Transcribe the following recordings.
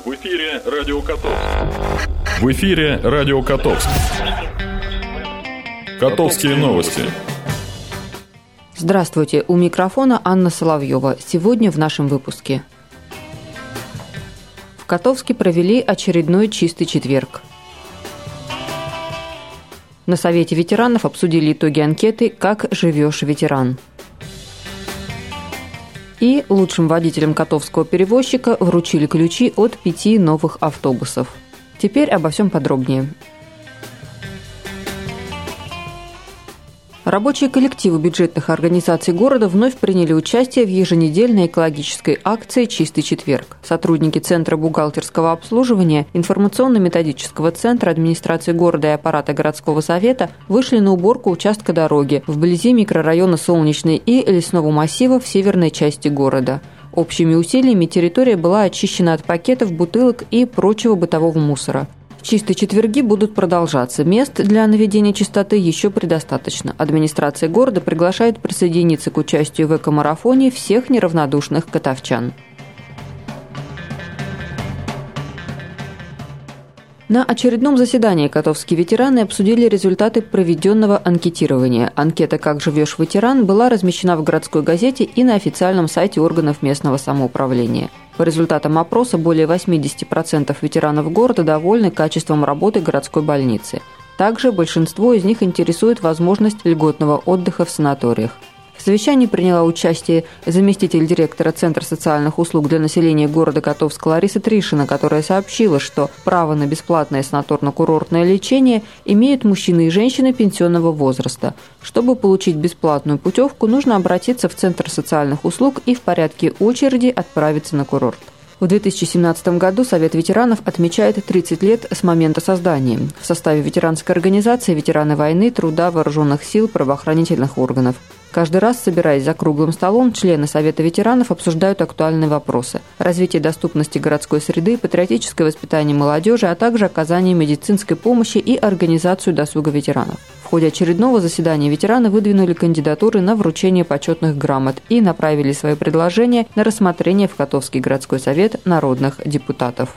В эфире Радио Котовск. В эфире Радио Котовск. Котовские новости. Здравствуйте, у микрофона Анна Соловьева. Сегодня в нашем выпуске. В Котовске провели очередной чистый четверг. На Совете ветеранов обсудили итоги анкеты «Как живешь, ветеран?». И лучшим водителям котовского перевозчика вручили ключи от 5 новых автобусов. Теперь обо всем подробнее. Рабочие коллективы бюджетных организаций города вновь приняли участие в еженедельной экологической акции «Чистый четверг». Сотрудники Центра бухгалтерского обслуживания, информационно-методического центра администрации города и аппарата городского совета вышли на уборку участка дороги вблизи микрорайона Солнечный и лесного массива в северной части города. Общими усилиями территория была очищена от пакетов, бутылок и прочего бытового мусора. Чистые четверги будут продолжаться. Мест для наведения чистоты еще предостаточно. Администрация города приглашает присоединиться к участию в экомарафоне всех неравнодушных котовчан. На очередном заседании котовские ветераны обсудили результаты проведенного анкетирования. Анкета «Как живешь, ветеран» была размещена в городской газете и на официальном сайте органов местного самоуправления. По результатам опроса более 80% ветеранов города довольны качеством работы городской больницы. Также большинство из них интересует возможность льготного отдыха в санаториях. В совещании приняла участие заместитель директора Центра социальных услуг для населения города Котовска Лариса Тришина, которая сообщила, что право на бесплатное санаторно-курортное лечение имеют мужчины и женщины пенсионного возраста. Чтобы получить бесплатную путевку, нужно обратиться в Центр социальных услуг и в порядке очереди отправиться на курорт. В 2017 году Совет ветеранов отмечает 30 лет с момента создания. В составе ветеранской организации ветераны войны, труда, вооруженных сил, правоохранительных органов. Каждый раз, собираясь за круглым столом, члены Совета ветеранов обсуждают актуальные вопросы: развитие доступности городской среды, патриотическое воспитание молодежи, а также оказание медицинской помощи и организацию досуга ветеранов. В ходе очередного заседания ветераны выдвинули кандидатуры на вручение почетных грамот и направили свои предложения на рассмотрение в Котовский городской совет народных депутатов.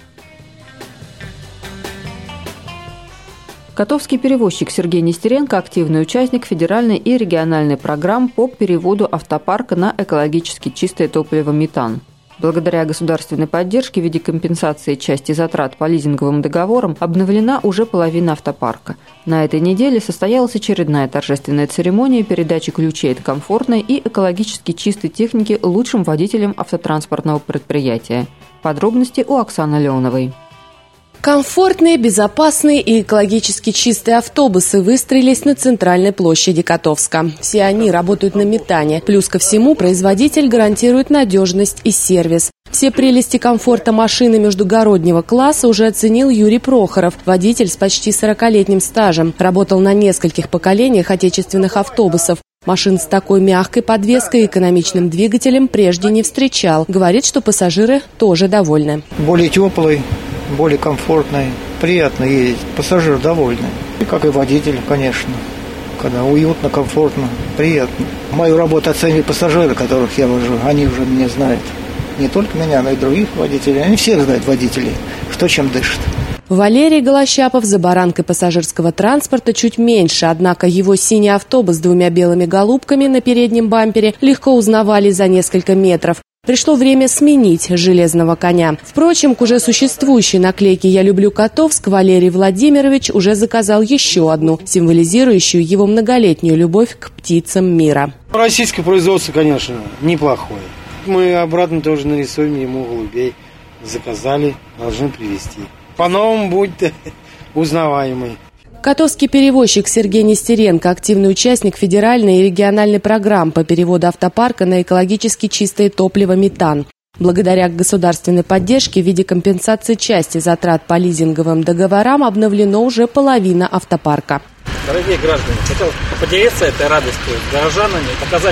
Котовский перевозчик Сергей Нестеренко – активный участник федеральной и региональной программ по переводу автопарка на экологически чистое топливо метан. Благодаря государственной поддержке в виде компенсации части затрат по лизинговым договорам обновлена уже половина автопарка. На этой неделе состоялась очередная торжественная церемония передачи ключей от комфортной и экологически чистой техники лучшим водителям автотранспортного предприятия. Подробности у Оксаны Леоновой. Комфортные, безопасные и экологически чистые автобусы выстроились на центральной площади Котовска. Все они работают на метане. Плюс ко всему, производитель гарантирует надежность и сервис. Все прелести комфорта машины междугороднего класса уже оценил Юрий Прохоров, водитель с почти 40-летним стажем. Работал на нескольких поколениях отечественных автобусов. Машин с такой мягкой подвеской и экономичным двигателем прежде не встречал. Говорит, что пассажиры тоже довольны. Более теплый, более комфортный, приятно ездить, пассажир довольный. И как и водитель, конечно, когда уютно, комфортно, приятно. Мою работу оценили пассажиры, которых я вожу, они уже меня знают. Не только меня, но и других водителей. Они всех знают водителей, кто чем дышит. Валерий Голощапов за баранкой пассажирского транспорта чуть меньше, однако его синий автобус с 2 белыми голубками на переднем бампере легко узнавали за несколько метров. Пришло время сменить железного коня. Впрочем, к уже существующей наклейке «Я люблю Котовск» Валерий Владимирович уже заказал еще одну, символизирующую его многолетнюю любовь к птицам мира. Российское производство, конечно, неплохое. Мы обратно тоже нарисуем ему голубей. Заказали, должны привезти. По-новому будет узнаваемый. Котовский перевозчик Сергей Нестеренко – активный участник федеральной и региональной программ по переводу автопарка на экологически чистое топливо метан. Благодаря государственной поддержке в виде компенсации части затрат по лизинговым договорам обновлено уже половина автопарка. Дорогие граждане, хотел поделиться этой радостью с горожанами, показать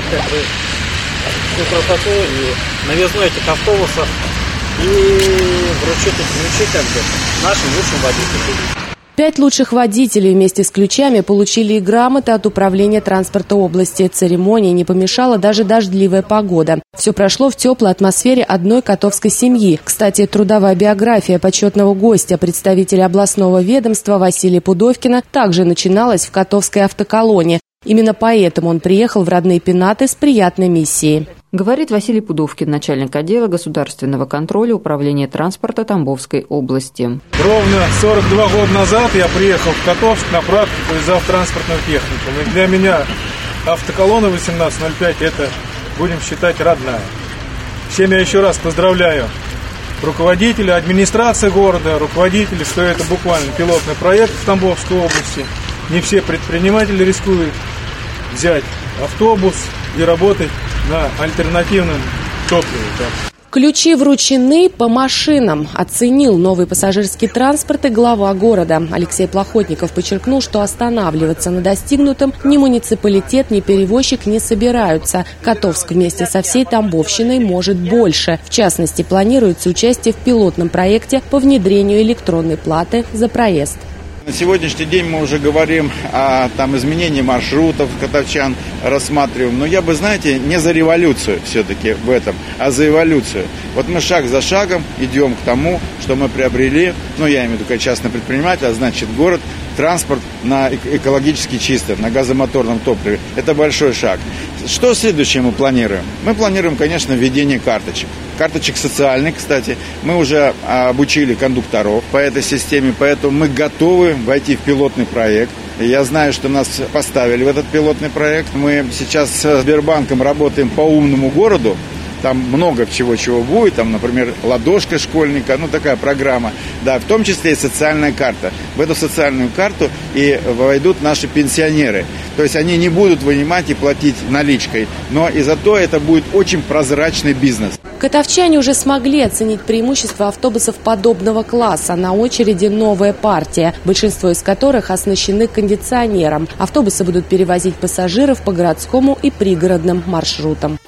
всю красоту и новизну этих автобусов и вручить эти ключи нашим лучшим водителям. 5 лучших водителей вместе с ключами получили и грамоты от Управления транспорта области. Церемонии не помешала даже дождливая погода. Все прошло в теплой атмосфере одной котовской семьи. Кстати, трудовая биография почетного гостя, представителя областного ведомства Василия Пудовкина, также начиналась в котовской автоколонне. Именно поэтому он приехал в родные Пенаты с приятной миссией. Говорит Василий Пудовкин, начальник отдела государственного контроля Управления транспорта Тамбовской области. Ровно 42 года назад я приехал в Котовск на практику из автотранспортного техникума. И для меня автоколонна 1805 – это, будем считать, родная. Всем я еще раз поздравляю руководителя, администрации города, руководителей, что это буквально пилотный проект в Тамбовской области. Не все предприниматели рискуют взять автобус и работать на альтернативном топливе. Ключи вручены по машинам. Оценил новый пассажирский транспорт и глава города. Алексей Плохотников подчеркнул, что останавливаться на достигнутом ни муниципалитет, ни перевозчик не собираются. Котовск вместе со всей Тамбовщиной может больше. В частности, планируется участие в пилотном проекте по внедрению электронной платы за проезд. На сегодняшний день мы уже говорим о изменении маршрутов, котовчан рассматриваем. Но я бы, знаете, не за революцию все-таки в этом, а за эволюцию. Вот мы шаг за шагом идем к тому, что мы приобрели, я имею в виду как частный предприниматель, а значит город, транспорт на экологически чистом, на газомоторном топливе. Это большой шаг. Что следующее мы планируем? Мы планируем, конечно, введение карточек. Карточек социальных, кстати. Мы уже обучили кондукторов по этой системе, поэтому мы готовы войти в пилотный проект. Я знаю, что нас поставили в этот пилотный проект. Мы сейчас с Сбербанком работаем по умному городу. Там много чего будет, там, например, ладошка школьника, такая программа, да, в том числе и социальная карта. В эту социальную карту и войдут наши пенсионеры. То есть они не будут вынимать и платить наличкой, но и зато это будет очень прозрачный бизнес. Котовчане уже смогли оценить преимущества автобусов подобного класса. На очереди новая партия, большинство из которых оснащены кондиционером. Автобусы будут перевозить пассажиров по городскому и пригородным маршрутам.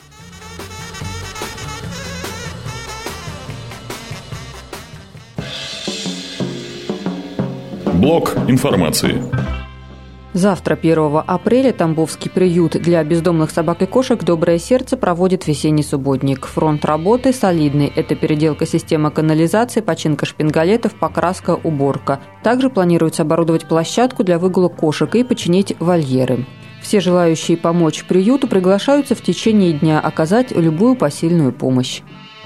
Блок информации. Завтра, 1 апреля, Тамбовский приют для бездомных собак и кошек «Доброе сердце» проводит весенний субботник. Фронт работы солидный. Это переделка системы канализации, починка шпингалетов, покраска, уборка. Также планируется оборудовать площадку для выгула кошек и починить вольеры. Все желающие помочь приюту приглашаются в течение дня оказать любую посильную помощь.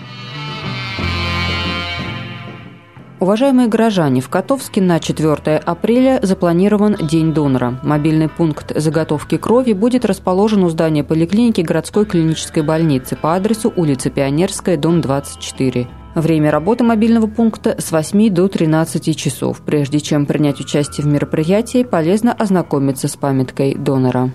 Уважаемые горожане, в Котовске на 4 апреля запланирован День донора. Мобильный пункт заготовки крови будет расположен у здания поликлиники городской клинической больницы по адресу улица Пионерская, дом 24. Время работы мобильного пункта с 8 до 13 часов. Прежде чем принять участие в мероприятии, полезно ознакомиться с памяткой донора.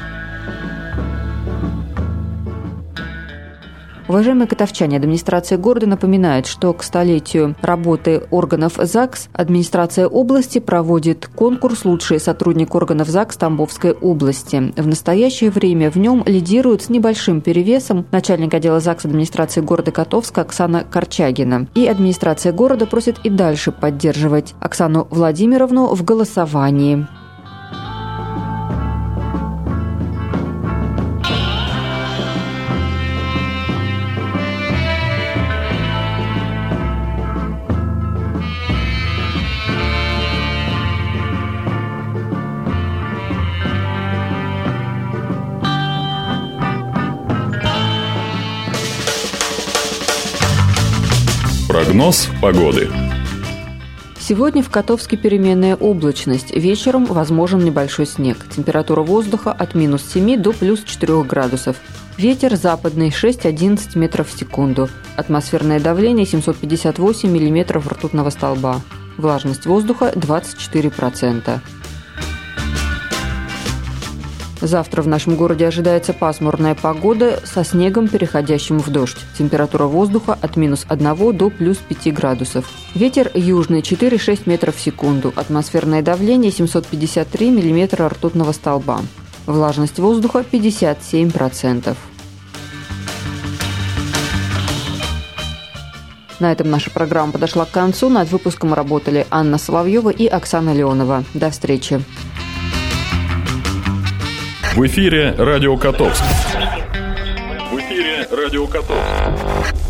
Уважаемые котовчане, администрация города напоминает, что к столетию работы органов ЗАГС администрация области проводит конкурс «Лучший сотрудник органов ЗАГС Тамбовской области». В настоящее время в нем лидирует с небольшим перевесом начальник отдела ЗАГС администрации города Котовска Оксана Корчагина. И администрация города просит и дальше поддерживать Оксану Владимировну в голосовании. Прогноз погоды. Сегодня в Котовске переменная облачность. Вечером возможен небольшой снег. Температура воздуха от минус 7 до плюс 4 градусов. Ветер западный 6-11 метров в секунду. Атмосферное давление 758 миллиметров ртутного столба. Влажность воздуха 24%. Завтра в нашем городе ожидается пасмурная погода со снегом, переходящим в дождь. Температура воздуха от минус 1 до плюс 5 градусов. Ветер южный 4-6 метров в секунду. Атмосферное давление 753 миллиметра ртутного столба. Влажность воздуха 57%. На этом наша программа подошла к концу. Над выпуском работали Анна Соловьева и Оксана Леонова. До встречи. В эфире Радио Котовск. В эфире Радио Котовск.